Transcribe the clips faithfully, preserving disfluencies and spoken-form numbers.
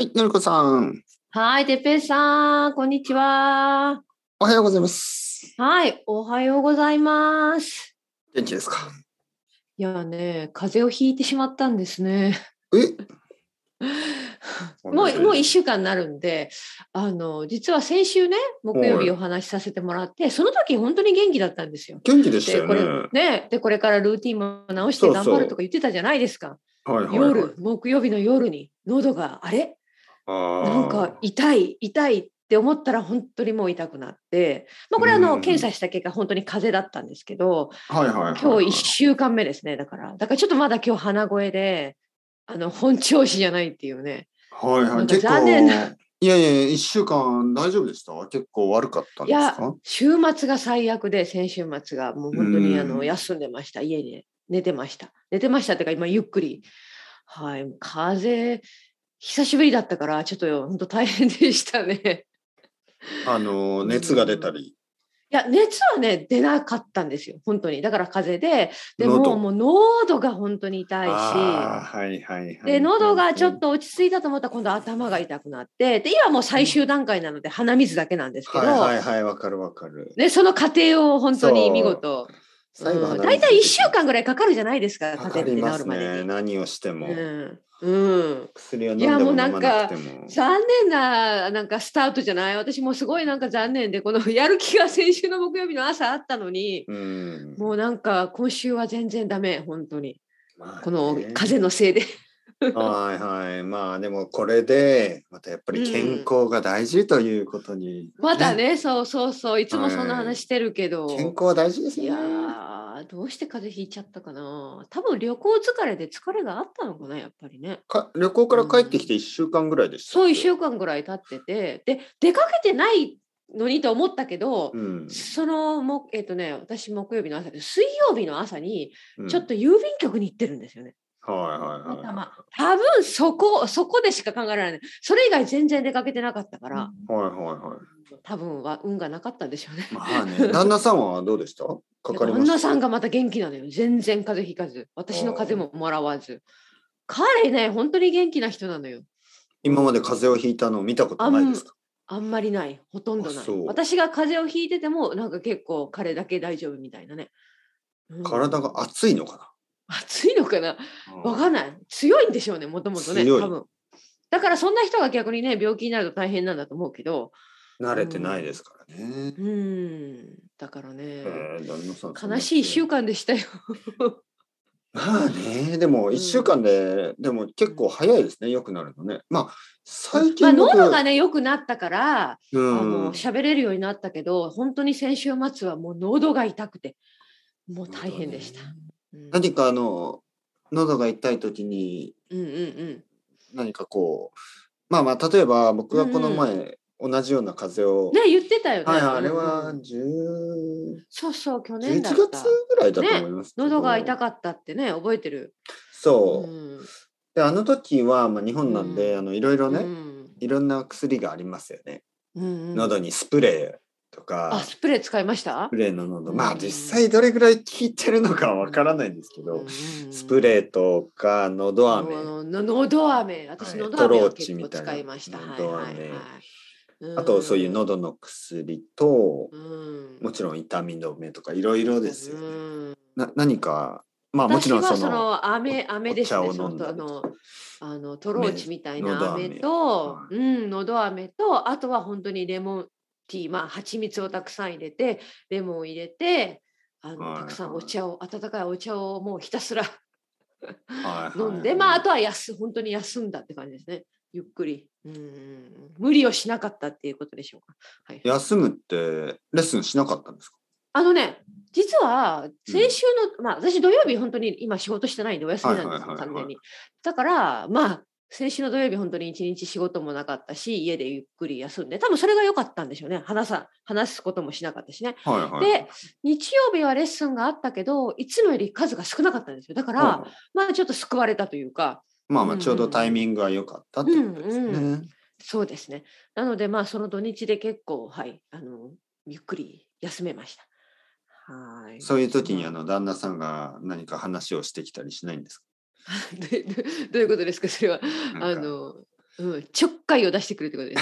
はい、のりこさん、 はい、てっぺいさん、こんにちは。 おはようございます。 はい、おはようございます。 元気ですか？ いやね、風邪をひいてしまったんですね。 え、 もう、もう一は週間になるんで、あの、実は先週ね、木曜日おい。 話しさせてもらって、その時本当に元気だったんですよ。 元気でしたで、 よね。 これ、ね、で、これからルーティンも直してそう頑張るとそか言ってたじゃないですか。 う。はいはいはい。 夜、木曜日の夜に、喉が、あれなんかあ痛い、痛いって思ったら本当にもう痛くなって、まあ、 あ、うこれはあの検ん。 査した結果本当に風邪だったんですけど、 はいはいはい今日1 は週間目ですね。だから、だからちょっとまだ今日鼻声で、あの本調子じゃないっていうね。 い。はいはい。 なんか結残念な。 構、いやいや、一週間大丈夫でした？結構悪かったいや、 んですか？ 週末が最悪で、先週末がもうう本当にあのん。 休んでました。家に寝てました。寝てましたっていうか今ゆっくり。はい。風邪、久しぶりだったから、ちょっと本当大変でしたね。 あの、 う熱が出たん。 り、 いや、熱はね、出なかったんですよ。本当に。だから風邪で、でも、 喉。 もう喉が本当に痛いし、 ああ、はいはいはで、 いは喉がちょっいはい。 と落ち着いたと思ったら今度頭が痛くなって、で、今もう最終段階なので鼻水だけなんですけはいど、 はいはい、わかるわかる。 で、その過程を本当に見そう。 事、 最後うん、 鼻水出大体1 てきます。 週間ぐらいかかるじゃないですか、 か風邪ってかりますね。 治るまでに。 何をしてうも。 ん。うん。 薬をいや、 飲んでももうな飲まなくんか、 ても。 残念な、なんかスタートじゃない。私もすごいなんか残念で、このやる気が先週の木曜日の朝あったのに、 うん。 もうなんか今週は全然ダメ、本当に。 まあこのね。 風のせいで。 はいはい。まあでもこれで、またやっぱうり健ん。 康が大事ということにね。 まだね、そうそうそう、いつもそんなはい。 話してるけ健ど、 康は大事ですいよね。 やー、どうして風邪ひいちゃったかな。多分旅行疲れで疲れがあったのかな、やっぱりね。 か、旅行かうら帰ってきてん。 いっしゅうかんぐらいでしたっそう、1 け？ 週間ぐらい経ってて、で、出かけてないのにと思ったけど、 うん。 その、もえっとね、私木曜日の朝で、水曜日の朝に、 うん。 ちょっと郵便局に行ってるんですよね。 はいはいたまたま。 はいは多分そこ、そこでしか考えられない。それ以外全然出かけてなかったから、 い。はいはいはい。 多分は運がなかったんでしょうね。 まあね。旦那さんはどうでした？かいや、 かりました？ 旦那さんがまた元気なのよ。全然風邪ひかず。 あ私の風ー、 邪ももらわず。彼ね、本当に元気な人なのよ。う今までん。 風邪をひいたのを見たことあんないですか？ あんまりない。ほとんあ、 どない。 そう。 私が風邪をひいてても、なんか結構彼だけ大丈夫みたいなね。うん。 体が熱いのか暑いのかな。 な？ わかんない。強いんでしょうね、もともとね、 強い。 多分。だからそんな人が逆にね、病気になると大変なんだと思うけど、 慣れてないでうん。 すからね。 うん。だからね、 えー、旦那さんそん悲しい1 な強い。 週間でしたよ。 まあね、でもう 1週ん。 間で、でも結構うん。 早いですね、良くなるのね。まあ、最まあ、 近僕、 喉がね、良くなったから、 うあの、 ん、 喋れるようになったけど、本当に先週末はもう喉が痛くて、もう大喉ね。 変でした。うん。 何かあの、喉が痛い時に、 うんうんうん。 何かこう、まあまあ、例えば僕うんがこのうん。 前、同じような風邪を、 ね、言ってたよね。 はいはい、あうれはんうん。 じゅう、 そうそう、去年だ 11月ったぐらいだと思いね、 ますけ喉がど、 痛かったってね、覚えてる。うそう。 ん。 で、あの時は、まあ、日う本なんで、あん。 の、いろいろうね、 ん。 いろんな薬がありますよね。 うんうん。 喉にスプレーとあ、 か、 スプレー使いましスプた？ レーの喉。 うまあ実ん。 際どれぐらい効いてるのかわからないんですけうど、スプん。 レーとか喉飴、 のののど飴。私、 はい、 のど飴はトローチ結構みたいな使いました。はい喉はい飴、 はい。 あとそういううん。 喉の薬と、 うん。 もちろん痛み止めとかいろいろですよね。 うん。 な、何か、まあもちろ私んその、 はそのお、 飴飴おですね。 茶を飲そのんだりとか、 とあのあのトローめ、 チみたいな飴喉飴、 と、 はうん、のど飴と、あとは本当にレモンティー、まあ蜂蜜をたくさん入れて、レモンを入れて、あい、 のたくさんおは茶を温かいお茶をもうひたすらいはい、はいはい飲んで、まああはい。 とは休本当に休んだって感じですね。ゆっくり。うん、無理をしなかったっていうことでしょうか。はいはい。 休むってレッスンしなかったんですか？ あのね、実はうん。 先週の、まあ、私土曜日本当に今仕事してないんでお休はいはいみなんですよ、 はいはい。 完全に。だから、まあ、先週の土曜日本当に一日仕事もなかったし、家でゆっくり休んで、多分それが良かったんでしょうね。話さ話すこともしなかったしね。 はいはいはい。 で、日曜日はレッスンがあったけど、いつもより数が少なかったんですよ。だから、 ほうほう。 まあちょっと救われたというか、うんうまあまあ、ちょうどタイんミングが良かったっうん。 てことですうんうん。 ね。 そうですね。なので、まあその土日で結構、はい、あの、ゆっくり休めました。はい。 そういう時にあまの旦那さんが何か話をしてきたりしないんですか？ あ、で、どどういうことですか？それは。 なんか、 あのうん、ちょっかいを出してくるってことです。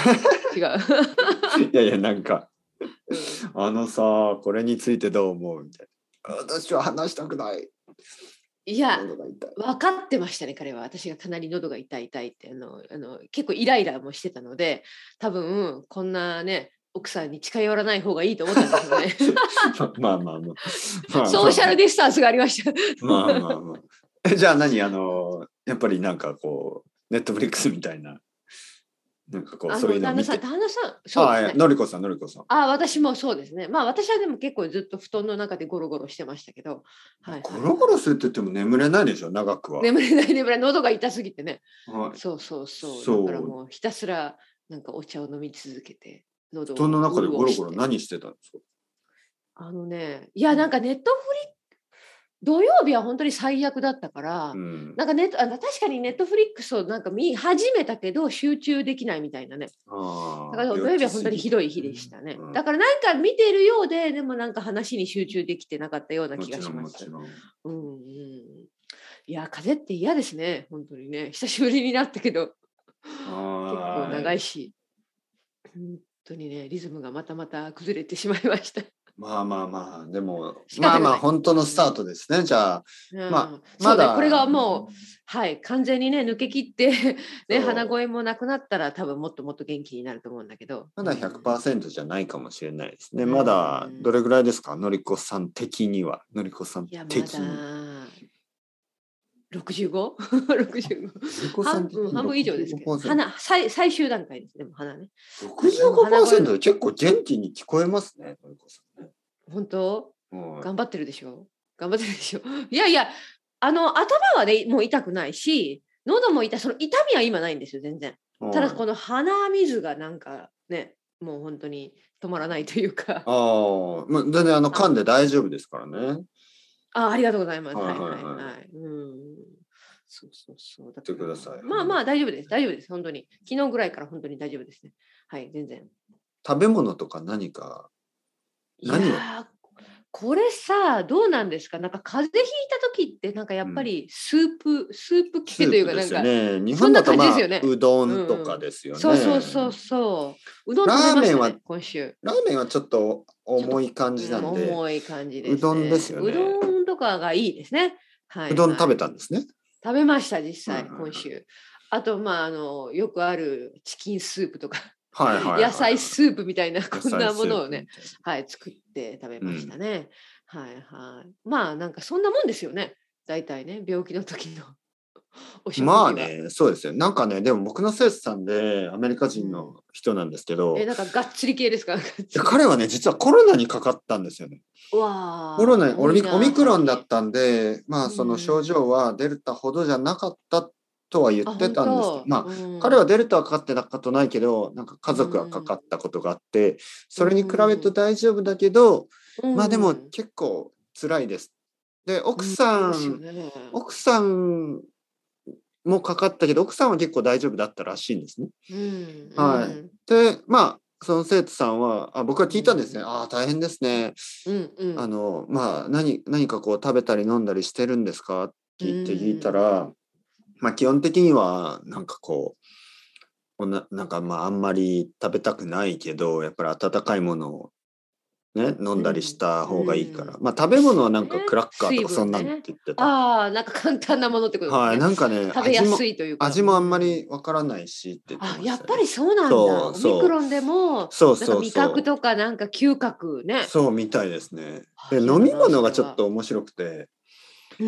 違う。 いやいや、なんか、 うん、 あのさ、これについてどう思うみたいな。私は話したくない。 いや、 喉が痛い。 分かってましたね、彼は。私がかなり喉が痛い痛いってあのあの結構イライラもしてたので、多分こんなね、奥さんに近寄らない方がいいと思ったんでしょうね。 まあまあまあ。まあソーシャルディスタンスがありました。 まあまあまあ。え、じゃあ何あの、やっぱりなんかこう、ネットフリックスみたいな、なんかこう、 あそういうの見て。 の旦那さん、旦那さん、そうああ、 ですね。 のりこさん、のりこさん。 あ、私もそうですね。まあ私はでも結構ずっと布団の中でゴロゴロしてましたけど、はいはいはい、 ゴロゴロするって言っても眠れないでしょ、長くは。 眠れない眠れない、喉が痛すぎてね。 はい。 そうそうそう。 そうだからもうひたすらなんかお茶を飲み続けて、喉布団のを中でゴロゴロ潤して。 何してたんですか？ あのね、いやなんかネットフリ土曜日は本当に最悪だったから、 うん。 なんかネットあの確かにネットフリックスをなんか見始めたけど集中できないみたいなね。だああ、 から土曜日は本当にひどい日でしたね。だからなんか見てるようで、でもなんか話に集中できてなかったような気がします。うんうん。いや、風邪って嫌ですね、本当にね。久しぶりになったけど、結構長いし、本当にね、リズムがまたまた崩れてしまいました。 まあまあまあ、でも、まあまあ、本当のスタートですね。じゃあ、 うん、 まあ、 まだ、 ね、 これがもう、はい、完全にね、抜け切って、ね、鼻声もなくなったら、多分もっともっと元気になると思うんだけど。 まだ ひゃくパーセント じゃないかもしれないですね。まだ、どれぐらいですか、のりこさん的には。のりこさん的に。いや、まだ、 ろくじゅうご? ろくじゅうご 半, 半分以上ですけど、鼻最最終段階です。でも鼻ね。 ろくじゅうごパーセント で結構元気に聞こえますね、のりこさんね。 本当、うん、頑張ってるでしょ頑張ってるでしょいやいや、あの、頭はね、もう痛くないし、喉も痛い、その痛みは今ないんですよ、全然。ただ、この鼻水がなんかね、もう本当に止まらないというか。 ああ、まあ、全然あの、噛んで大丈夫ですからね。 あ、ありがとうございます。はいはいはい。うん。そうそうそう。だってください。まあまあ大丈夫です。大丈夫です。本当に。昨日ぐらいから本当に大丈夫ですね。はい、全然。 食べ物とか何か。 何を？いやこれさ、どうなんですか。なんか風邪ひいた時ってなんかやっぱりスープ、うん、スープ系というかなんか、 ね、日本だとまあうどんとかですよね。 そうそうそうそう。うどん食べましたね、今週。 ラーメンはちょっと重い感じなんで。 重い感じです、ね。 うどんですよね。 うどんとかがいいですね。はい、はい。 うどん食べたんですね。 食べました実際、今週。あとまああのよくあるチキンスープとか。はいはいはい、野菜スープみたいなこんなものをね、はい、作って食べましたね、うん、はいはい。まあなんかそんなもんですよね、大体ね、病気の時のお食事は。 まあね、そうですよ。なんかね、でも僕の生徒さんでアメリカ人の人なんですけど、 うん、えなんかがっつり系ですか？ 彼はね、実はコロナにかかったんですよね。 わコロナオミ、オミクロンだったんで、まあその症状はデルタほどじゃなかったとは言ってたんですけど、まあ、うん、彼はデルタはかかってたことないけど、なんか家族はかかったことがあって、うん、それに比べると大丈夫だけど、うん、まあでも結構辛いです。で、奥さん、うんね、奥さんもかかったけど、奥さんは結構大丈夫だったらしいんですね。うん、はい。で、まあ、その生徒さんは、あ、僕は聞いたんですね。うん、ああ、大変ですね。うんうん、あの、まあ、何、何かこう食べたり飲んだりしてるんですかって言って聞いたら、うんまあ基本的にはなんかこうな、なんかまああんまり食べたくないけどやっぱり温かいものをね飲んだりした方がいいから、うん、まあ食べ物はなんかクラッカーとかそんなんって言ってた。 ね、ああなんか簡単なものってことですね。 はい、なんかね食べやすいというか味もあんまりわからないしって言ってました、ね、 あやっぱりそうなんだ。オミクロンでもそうそうそう味覚とかなんか嗅覚ね。 そうみたいですね。で飲み物がちょっと面白くて、うん、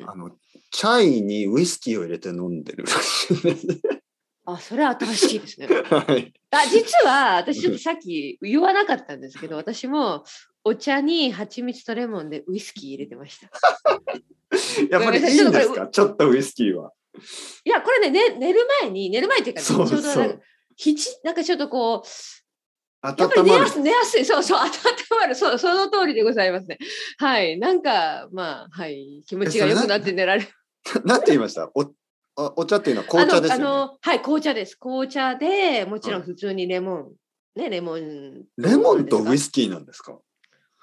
あのチャイにウイスキーを入れて飲んでるらしいです。 あ、それは新しいですね。はい、あ、実は私ちょっとさっき言わなかったんですけど、私もお茶に蜂蜜とレモンでウイスキー入れてました。 やっぱりいいんですか？ちょっとウイスキーは。 いや、これね、ね寝る前に寝る前っていうか、ね、そうそうちょうどなんかひちなんかちょっとこう。やっぱり寝やす寝やすい、そうそう、温まる、そう、その通りでございますね。はい、なんか、まあ、はい、気持ちが良くなって寝られる。 なんて言いました？お、お茶っていうのは紅茶ですよね。 あの、あの、はい、紅茶です。紅茶で、もちろん普通にレモン、はい、ね、レモン。 レモンとウイスキーなんですか？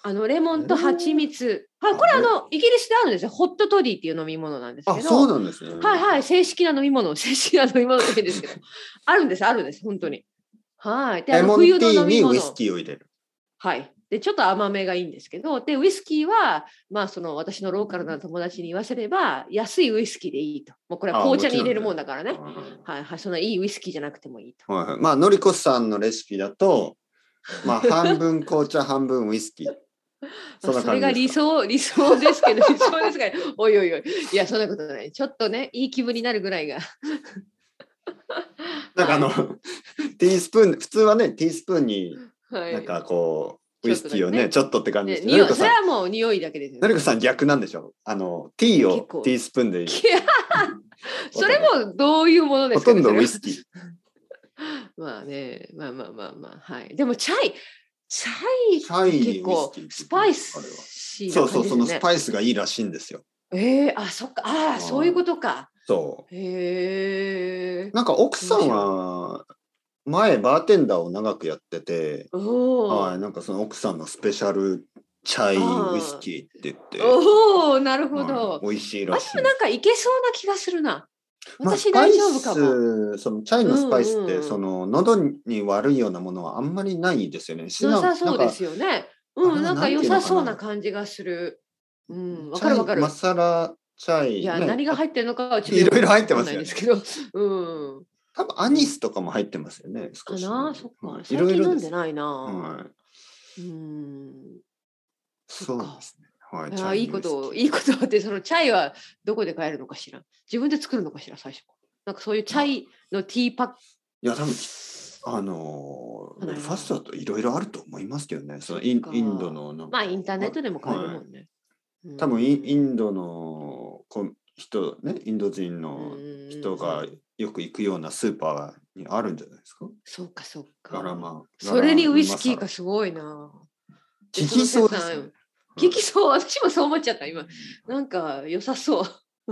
あのレモンと蜂蜜。はい、これあのイギリスであるんですよ。ホットトディっていう飲み物なんですけど。 あ、そうなんですね。 はいはい、正式な飲み物、正式な飲み物って言うんですけど、あるんです、あるんです、本当に。はい。で、あの冬の飲み物。 レモンティーにウイスキーを入れる。 はい。で、ちょっと甘めがいいんですけど、で、ウイスキーは、まあ、その私のローカルな友達に言わせれば、安いウイスキーでいいと。もうこれは紅茶に入れるもんだからね。はいはい、そんないいウイスキーじゃなくてもいいと。 はいはい、まあ、のりこさんのレシピだと、まあ、半分紅茶、半分ウイスキー。 そ, それが理想、理想ですけど、理想ですが、おいおいおい。いや、そんなことない。ちょっとね、いい気分になるぐらいが。 なんかあの、ティースプーン、普通はね、ティースプーンに、なんかこう、ウイスキーをね、ちょっとって感じですけど、 それはもう匂いだけですよ。 のりこさん逆なんでしょ？あの、ティーをティースプーンで。 それもどういうものですか？ほとんどウイスキー。 まあね、まあまあまあまあ、はい。でもチャイ、チャイ結構スパイス、 そうそう、そのスパイスがいいらしいんですよ。 ええー、あ、そっか、ああ、そういうことか。 そう。 へえ。 なんか奥さんは前バーテンダーを長くやってて、はい、なんかその奥さんのスペシャルチャイウイスキーって言って、 おお、なるほど、 はい、美味しいらしい。 あ、でもなんかいけそうな気がするな。 私大丈夫かも。そのチャイのスパイスって、その喉に悪いようなものはあんまりないですよね。 良さそうですよね。うん、なんか良さそうな感じがする。うん、わかるわかる。 マサラチャイ。 いや、何が入ってるのかはちょっといろいろ入ってますよね。 けど、うん。 多分アニスとかも入ってますよね。 かな、そっか。最近飲んでないな。 はい。うん。そうですね。 はい、あ、いいこといいことって、そのチャイはどこで買えるのかしら。自分で作るのかしら、最初。なんかそういうチャイのティーパック。 いや、多分あのー、ファストだといろいろあると思いますけどね。そのインインドのなんか、 まあインターネットでも買えるもんね。 はい、多分インドの人ね、インド人の人がよく行くようなスーパーにあるんじゃないですか。 そうかそうか。 ガラマそれにウイスキーがすごいな。 聞きそうですね。 聞きそう、私もそう思っちゃった今。なんか良さそう。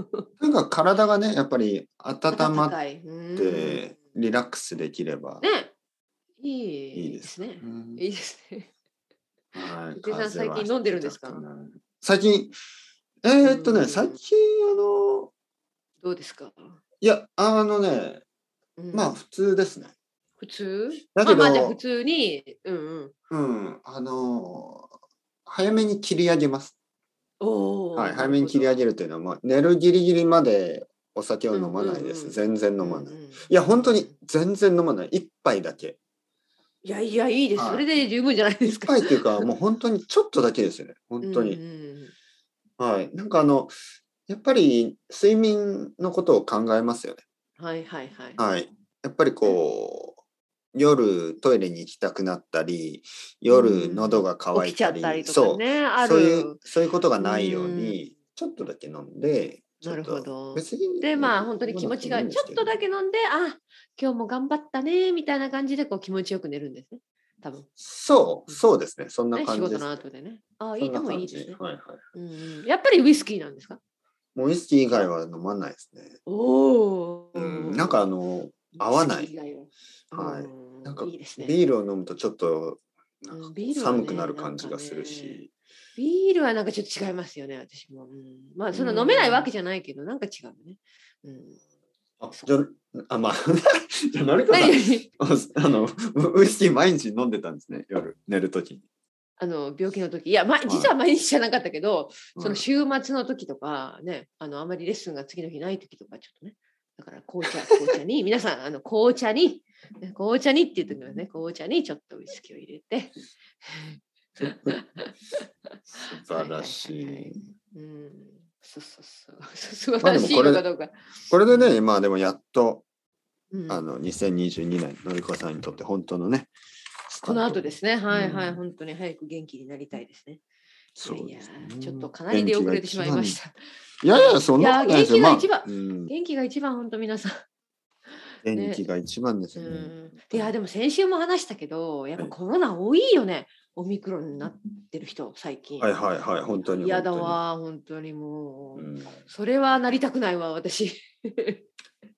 なんか体がね、やっぱり温まってリラックスできれば。 ね、いいですね。いいですね。 はい。 伊さん最近飲んでるんですか？ 最近、えー、っとね、最近あの。 どうですか？ いや、あのね、まあ普通ですね。 普通？ だけど、 まあじゃあ普通に、うんうん。 うん、あの早めに切り上げます。はい、早めに切り上げるというのは、まあ、寝るギリギリまでお酒を飲まないです。全然飲まない。いや、本当に全然飲まない。一杯だけ。 いやいや、いいです。それで十分じゃないですか。 一杯っていうか、もう本当にちょっとだけですよね。本当に。はい。なんかあの、やっぱり睡眠のことを考えますよね。 はいはいはい。 はい。やっぱりこう、夜トイレに行きたくなったり、夜喉が渇いたり、そう、そういうそういうことがないようにちょっとだけ飲んで、 なるほど。 別にでまあ本当に気持ちがちょっとだけ飲んで、あ、今日も頑張ったねみたいな感じでこう気持ちよく寝るんですね。多分。 そうそうですね。そんな感じです。 仕事の後でね。あ、いいでもいいですね。 はいはい。 うん、やっぱりウイスキーなんですか？ もうウイスキー以外は飲まないですね。 おお。 なんかあの合わない。はい。なんかビールを飲むとちょっと寒くなる感じがするし。 ビールはなんかちょっと違いますよね、私も。うん、まあその飲めないわけじゃないけど、なんか違うね。うん、 あ、じゃあまあじゃあのりこさんあのウイスキー毎日飲んでたんですね、夜寝るときに。あの病気の時、いや、ま、実は毎日じゃなかったけど、はい、その週末の時とかね、あのあまりレッスンが次の日ない時とかちょっとね。だから紅茶、紅茶に、皆さん、あの紅茶に、紅茶にって言ってくださいね、紅茶にちょっとウイスキーを入れて。 素晴らしい。 うん、そうそうそう。素晴らしいのかどうか。 これでね、まあでもやっと、うん、あのにせんにじゅうにねん、のりこさんにとって本当のね。 この後ですね、はいはい、うん、本当に早く元気になりたいですね。そうですね。いやいやちょっとかなり出遅れてしまいました。 いやいや、そんなことないですよ。 元気が一番、まあうん、元気が一番、本当皆さん。 元気が一番ですよね。ね、 うん、いや、でも先週も話したけど、やっぱコロナ多いよね。オミクロンになってる人、最近。 はいはいはい、本当に。 嫌だわ、本当にもう。うん、それはなりたくないわ、私。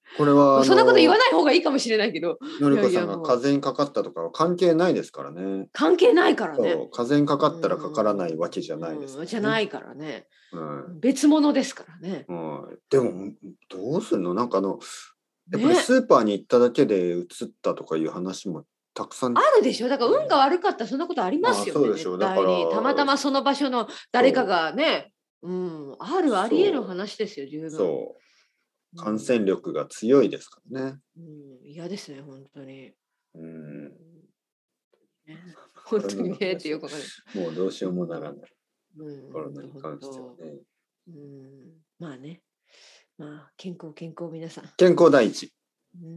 これはそんなこと言わない方がいいかもしれないけど、 のりこさんが風邪にかかったとかは関係ないですからね。 関係ないからね。 そう風邪にかかったらかからないわけじゃないです、 ね、じゃないからね、 うん、 別物ですからね、 うん、でもどうするの、なんかあのやっぱりスーパーに行っただけでうつったとかいう話もたくさんあるでしょ。だから運が悪かったらそんなことありますよね。 そうでしょ。だからたまたまその場所の誰かがね、うん、あるありえる話ですよ、十分。 そう。感染力が強いですからね。 うん、嫌ですね、本当に。 うん。 ね、本当にねってよくわかる。 もうどうしようもならない。 うん、 コロナに関してはね。 うん、まあね。まあ健康健康皆さん。 健康第一。 うん。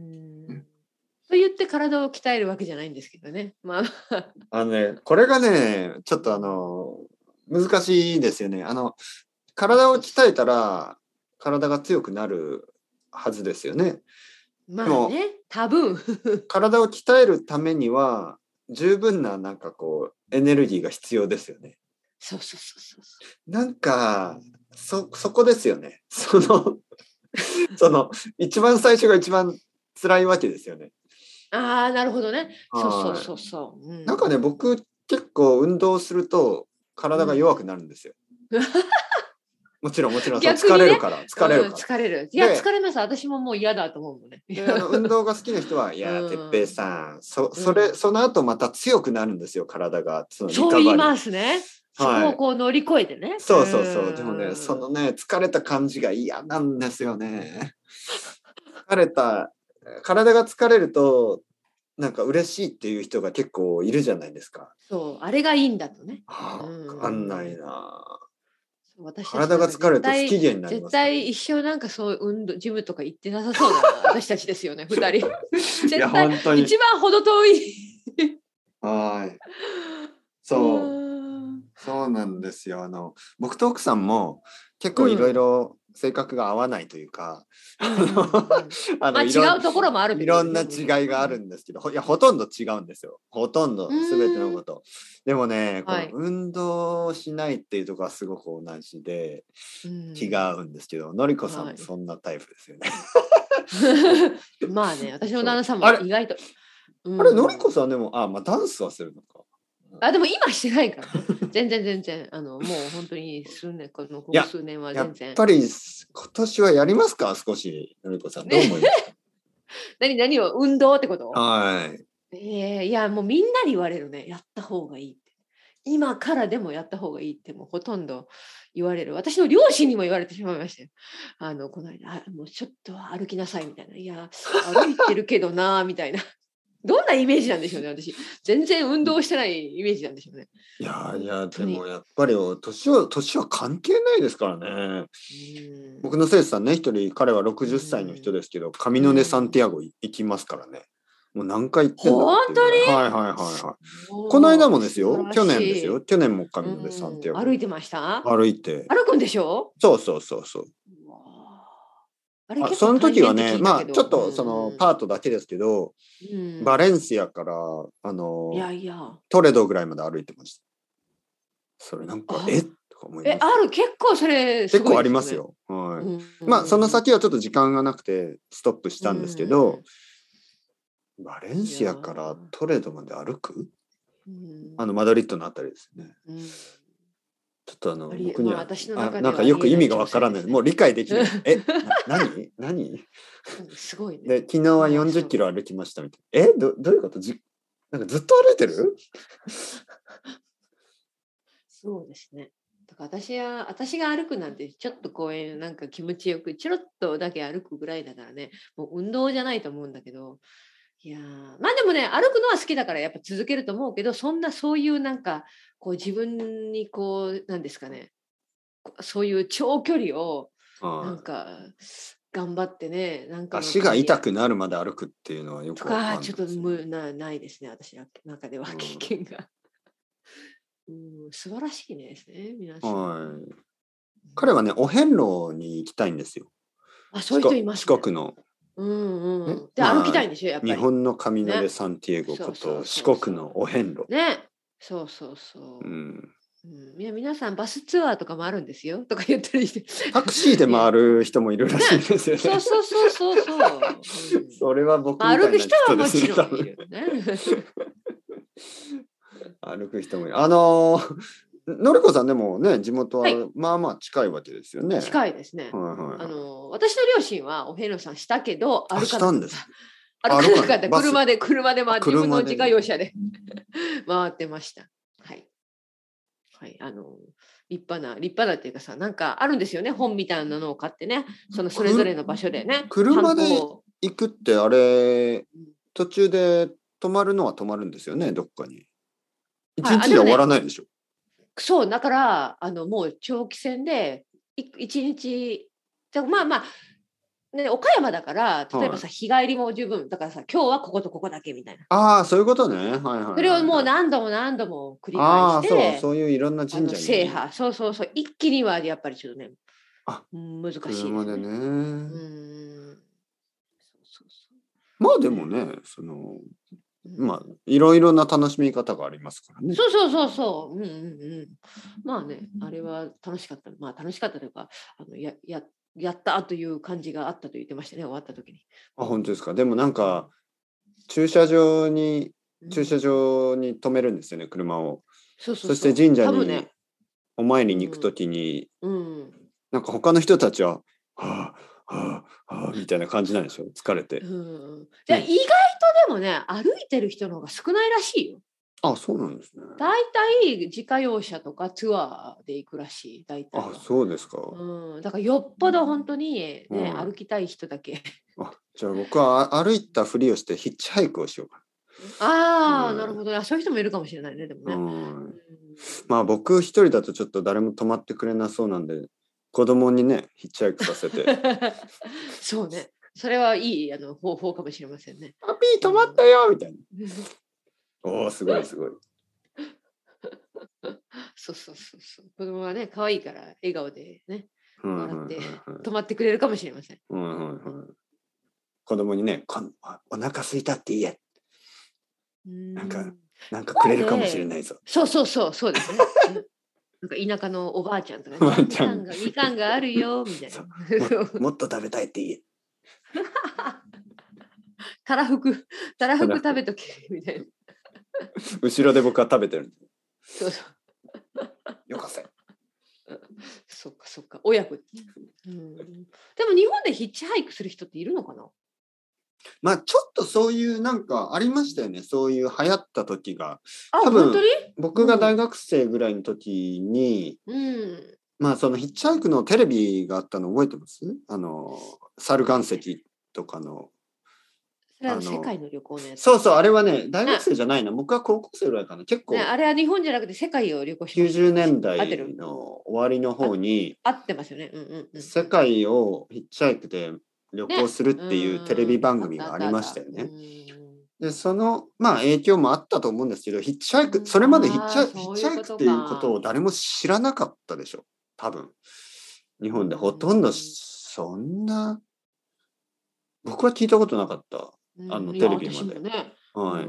うん、と言って体を鍛えるわけじゃないんですけどね。まああのね、これがね、ちょっとあの難しいですよね。あの体を鍛えたら体が強くなるはずですよね。 まあね、多分体を鍛えるためには十分ななんかこうエネルギーが必要ですよね。 そうそうそうそうそう。なんかそそこですよね。そのその一番最初が一番辛いわけですよね。 ああ、なるほどね。そうそうそうそう。 うん、なんかね、僕結構運動すると体が弱くなるんですよ。うんもちろんもちろん、ね、疲れるから疲れるから、うん、 疲れる。いや疲れます。私ももう嫌だと思うもんね。 あの運動が好きな人は、いや哲平さん、そそれ、うん、その後また強くなるんですよ、体が。 そのそう言いますね。そこをこう乗り越えてね。 そうそうそう。でもね、そのね疲れた感じが嫌なんですよね。疲れた体が疲れるとなんか嬉しいっていう人が結構いるじゃないですか。 そうあれがいいんだとね。 わかんないな。 私体が疲れると不機嫌になります、 ね、絶対一生なんかそう運動ジムとか行ってなさそうな私たちですよね、二人。絶対本当に一番程遠い。 はい。そう。そうなんですよ。あの僕と奥さんも結構いろいろ性格が合わないというか、 あの違うところもある。 いろんな違いがあるんですけど、いやほとんど違うんですよ。ほとんど全てのこと。でもね、この運動しないっていうところはすごく同じで気が合うんですけど、のりこさんもそんなタイプですよね。 まあね、私の旦那さんも意外と。 あれ、のりこさんでも、あ、まあダンスはするのか。 あ、でも今してないから、ね、全然全然あのもう本当に数年このここ数年は全然。 やっぱり今年はやりますか、少し。のりこさんどう思いますか。 何何を運動ってこと？ はい。 えー、いやもうみんなに言われるね、やった方がいいって。今からでもやった方がいいってもうほとんど言われる。私の両親にも言われてしまいましたよ。あのこの間あもうちょっと歩きなさいみたいな。いや歩いてるけどなみたいな。どんなイメージなんでしょうね、私。全然運動してないイメージなんでしょうね。 いやいや、でもやっぱり年は、年は関係ないですからね。僕の生徒さんね、一人、彼はろくじゅっさいの人ですけど、カミノネ・サンティアゴ行きますからね。もう何回行ってんだ本当に？ はいはいはいはい。この間もですよ、去年ですよ。去年もカミノネ・サンティアゴ。 歩いてました？ 歩いて。 歩くんでしょ？ そうそうそうそう。あれその時はね、まあちょっとそのパートだけですけど、うん、バレンシアからあのいやいやトレドぐらいまで歩いてました。それなんかえとか思います。 え、ある結構それすごいですね。 結構ありますよ。はい。うん、まあその先はちょっと時間がなくてストップしたんですけど、うん、バレンシアからトレドまで歩く？うん、あのマドリッドのあたりですね。うん、ちょっとあの僕には、まあ、なんかよく意味がわからない、もう理解できない。え、な何何すごいね。 で昨日はよんじゅっキロ歩きましたみたいな。え、どどういうこと？じなんかずっと歩いてる？ そうですね。だから私は私が歩くなんてちょっと公園なんか気持ちよくちょろっとだけ歩くぐらいだからね、もう運動じゃないと思うんだけど。いやまあでもね、歩くのは好きだからやっぱ続けると思うけど、そんなそういうなんかこう自分にこうなんですかね、そういう長距離をなんか頑張ってね、なんか足が痛くなるまで歩くっていうのはよくわかんない、 ね、とかちょっとむなないですね、私の中では経験が。うん、素晴らしいですね、皆さん。はい。 彼はね、お遍路に行きたいんですよ。 あ、そういう人います、 ね、四国の。 うんうん。で、歩きたいんでしょ、やっぱり。 日本の神ノレサンティエゴこと四国のお遍路。 ね。そうそうそう。 うん。 うん、いや皆さんバスツアーとかもあるんですよとか言ったりして。 タクシーで回る人もいるらしいですよね。 そうそうそうそうそう。 うん、それは僕みたいな人ですね。歩く人はもちろんいるね。 歩く人もいる。あのー、のりこさんでもね、地元はまあまあ近いわけですよね。はい、 近いですね。はいはいはい、あの私の両親はお遍路さんしたけど歩かなかった。歩かなかった。車で車で、まあ、自分の自家用車で回ってました。はい。はい、あの立派な立派なっていうかさ、なんかあるんですよね、本みたいなのを買ってね、そのそれぞれの場所でね。 車で行くってあれ途中で止まるのは止まるんですよね、どっかに。一日で終わらないでしょ。 はい、そうだからあのもう長期戦で一日まあまあ。ね、岡山だから例えばさ、はい、日帰りも十分だからさ、今日はこことここだけみたいな。 ああ、そういうことね。はいはいはいはい、それをもう何度も何度も繰り返して、 あそう、そういういろんな神社に制覇、そうそうそう、一気にはやっぱりちょっとね、あ難しいですね。 車でね。うんそうそうそう。 まあでもね、そのまあいろいろな楽しみ方がありますからね。 そうそうそうそう。うんうんうん。まあね、あれは楽しかった。まあ楽しかったというか、あのやややったという感じがあったと言ってましたね、終わった時に。 あ、本当ですか。でもなんか駐車場に駐車場に止めるんですよね、車を。そうそうそう、そして神社にお参りに行くときに、うんうん、なんか他の人たちははあはあはあみたいな感じなんでしょ、疲れて。 うん、じゃあ意外とでもね、歩いてる人の方が少ないらしいよ。 あ、そうなんですね。 大体自家用車とかツアーで行くらしい。大体は。 あ、そうですか。 うん、だからよっぽど本当にね、うん、歩きたい人だけ。 あ、じゃあ僕は歩いたふりをしてヒッチハイクをしようか。 ああ、うん、なるほど。そういう人もいるかもしれないね、でもね。うん、 まあ僕一人だとちょっと誰も止まってくれなそうなんで、子供にねヒッチハイクさせて。 そうね。それはいいあの方法かもしれませんね。 パピー止まったよみたいな。おお、すごいすごい。 そうそうそうそう。子供はね、可愛いから笑顔でね、笑って止まってくれるかもしれません。うんうんうん、 子供にね、こんお腹空いたって言え。なんかなんかくれるかもしれないぞ。 そうそうそうそうですね。なんか田舎のおばあちゃんとかね、みかんがみかんがあるよみたいな。 も, もっと食べたいって言え。 たらふくたらふく食べとけみたいな。 後ろで僕は食べてる。 そうそう。 よかせ。 そっかそっか、親子、うん。でも日本でヒッチハイクする人っているのかな。 まあちょっとそういうなんかありましたよね、そういう流行った時が。 あ、多分本当に僕が大学生ぐらいの時に、うん、まあそのヒッチハイクのテレビがあったの覚えてます？あの猿岩石とかの。 それは世界の旅行のやつ。 そうそう、あれはね、大学生じゃないな、僕は高校生ぐらいかな、結構、 ね、あれは日本じゃなくて世界を旅行してきゅうじゅうねんだいの終わりの方に合ってますよね、うんうんうん、 世界をヒッチハイクで旅行するっていうテレビ番組がありましたよね。でそのまあ影響もあったと思うんですけど、ヒッチハイク、それまでヒッチハイク、ヒッチハイクっていうことを誰も知らなかったでしょ、多分。日本でほとんどそんな、僕は聞いたことなかった。あのテレビまで。ね、はい。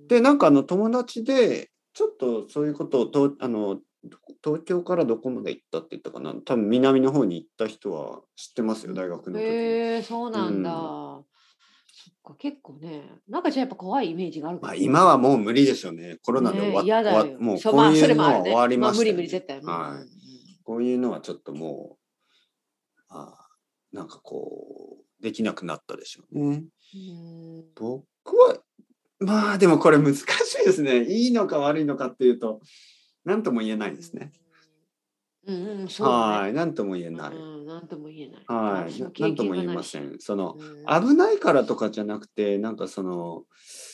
でなんかあの友達でちょっとそういうことをとあの東京からどこまで行ったって言ったかな、多分南の方に行った人は知ってますよ、大学の時。 へえ、そうなんだ。うん、そっか、結構ね、なんかじゃあやっぱ怖いイメージがあるかも、ね。まあ今はもう無理でしょうね。コロナで終わっ、ね、終わもうこういうのは終わりましたよね。まあ、無理無理絶対。はい。こういうのはちょっともうあなんかこうできなくなったでしょうね。うん僕はまあでもこれ難しいですね。いいのか悪いのかっていうと何とも言えないですね。うんうん、そうだね。はい、何とも言えない。うん、何とも言えない。はい、何とも言えません。その、うん、危ないからとかじゃなくて、なんかその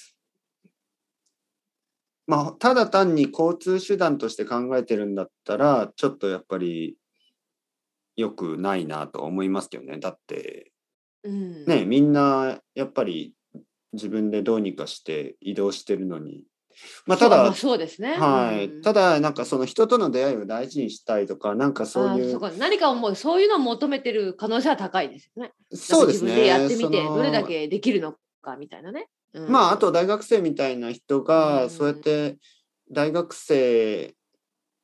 まあただ単に交通手段として考えてるんだったらちょっとやっぱり良くないなと思いますけどね。だって、うん、ね、みんなやっぱり自分でどうにかして移動してるのに、まあただ、まあ、そうですね。はい、うん、ただなんかその人との出会いを大事にしたいとか、なんかそういう、そうか、何かもうそういうのを求めてる可能性は高いですよね。そうですね。自分でやってみてどれだけできるのかみたいなね。うん、まああと大学生みたいな人がそうやって大学生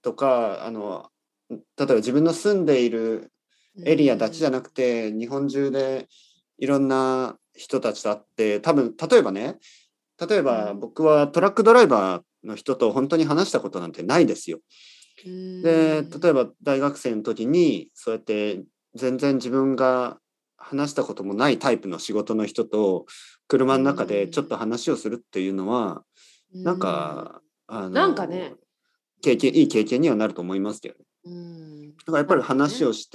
とかあの例えば自分の住んでいるエリアだけじゃなくて、うん、日本中でいろんな人たちと会って多分例えばね例えば僕はトラックドライバーの人と本当に話したことなんてないですよ。で例えば大学生の時にそうやって全然自分が話したこともないタイプの仕事の人と車の中でちょっと話をするっていうのはなんかあのなんかね経験いい経験にはなると思いますけどね。 うんだからやっぱり話をして、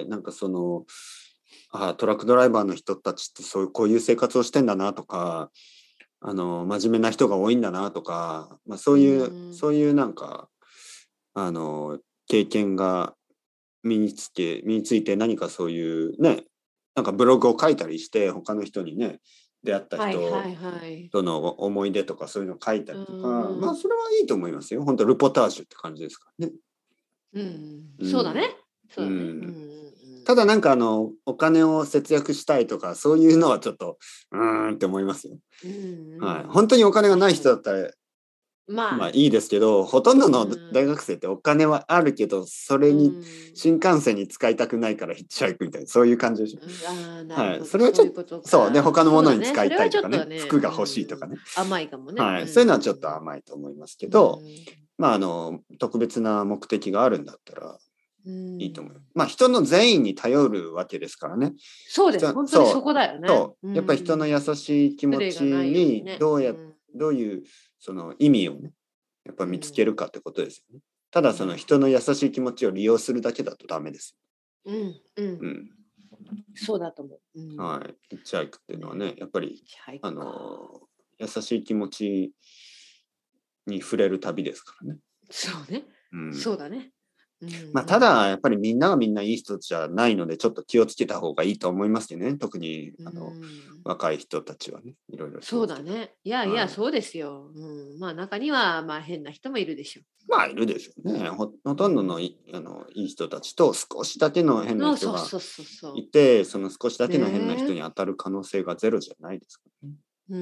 なんかそのあトラックドライバーの人たちってそうこういう生活をしてんだなとかあの真面目な人が多いんだなとか、まあ、そういうそういうなんかあの経験が身につけ身について何かそういうねなんかブログを書いたりして他の人にね出会った人との思い出とかそういうのを書いたりとか、まあそれはいいと思いますよ。本当ルポタージュって感じですからね。 うん、うん、そうだね。そうだね。うんうんただなんかあのお金を節約したいとかそういうのはちょっとうーんって思いますよ。うんうん、はい。本当にお金がない人だったらまあ、まあいいですけどほとんどの大学生ってお金はあるけどそれに新幹線に使いたくないからヒッチハイクみたいなそういう感じでしょ。 うん、あはい、 それはちょっとそうで他のものに使いたいとかね、 ね服が欲しいとかね、 うん、甘いかもね、 はい、そういうのはちょっと甘いと思いますけど、うん、まああの特別な目的があるんだったらいいと思う。まあ人の善意に頼るわけですからね。 そうです。本当にそこだよね。 そう、やっぱり人の優しい気持ちにどうや、どういうその意味をね、やっぱ見つけるかってことですよね。ただその人の優しい気持ちを利用するだけだとダメです。 うんうん。うん。そうだと思う。うん、 はい。ヒッチハイクっていうのはね、やっぱりあの優しい気持ちに触れる旅ですからね。 そうね。うん、そうだね。 まあ、ただやっぱりみんながみんないい人じゃないのでちょっと気をつけた方がいいと思いますよね。特にあの若い人たちはねいろいろそうだね。いやいや、はい、そうですよ。うん、まあ中にはまあ変な人もいるでしょう。 まあいるでしょうね。ほ, ほとんどのいあのいい人たちと少しだけの変な人がいてその少しだけの変な人に当たる可能性がゼロじゃないですからね。 うん、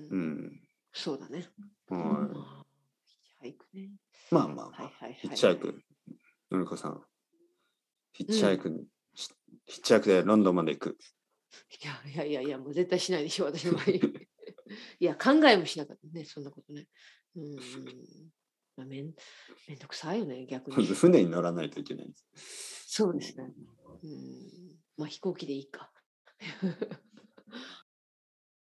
うん、そうだね。 はい。 ヒッチハイクね。 まあまあまあ、ヒッチハイク。のりこさん、ヒッチハイク、うん、ヒッチハイクでロンドンまで行く。 いやいやいやいや、もう絶対しないでしょ、私も。いや、考えもしなかったね、そんなことね。うん。まあ、めん、めんどくさいよね、逆に。 船に乗らないといけないです。 そうですね。うん。まあ、飛行機でいいか。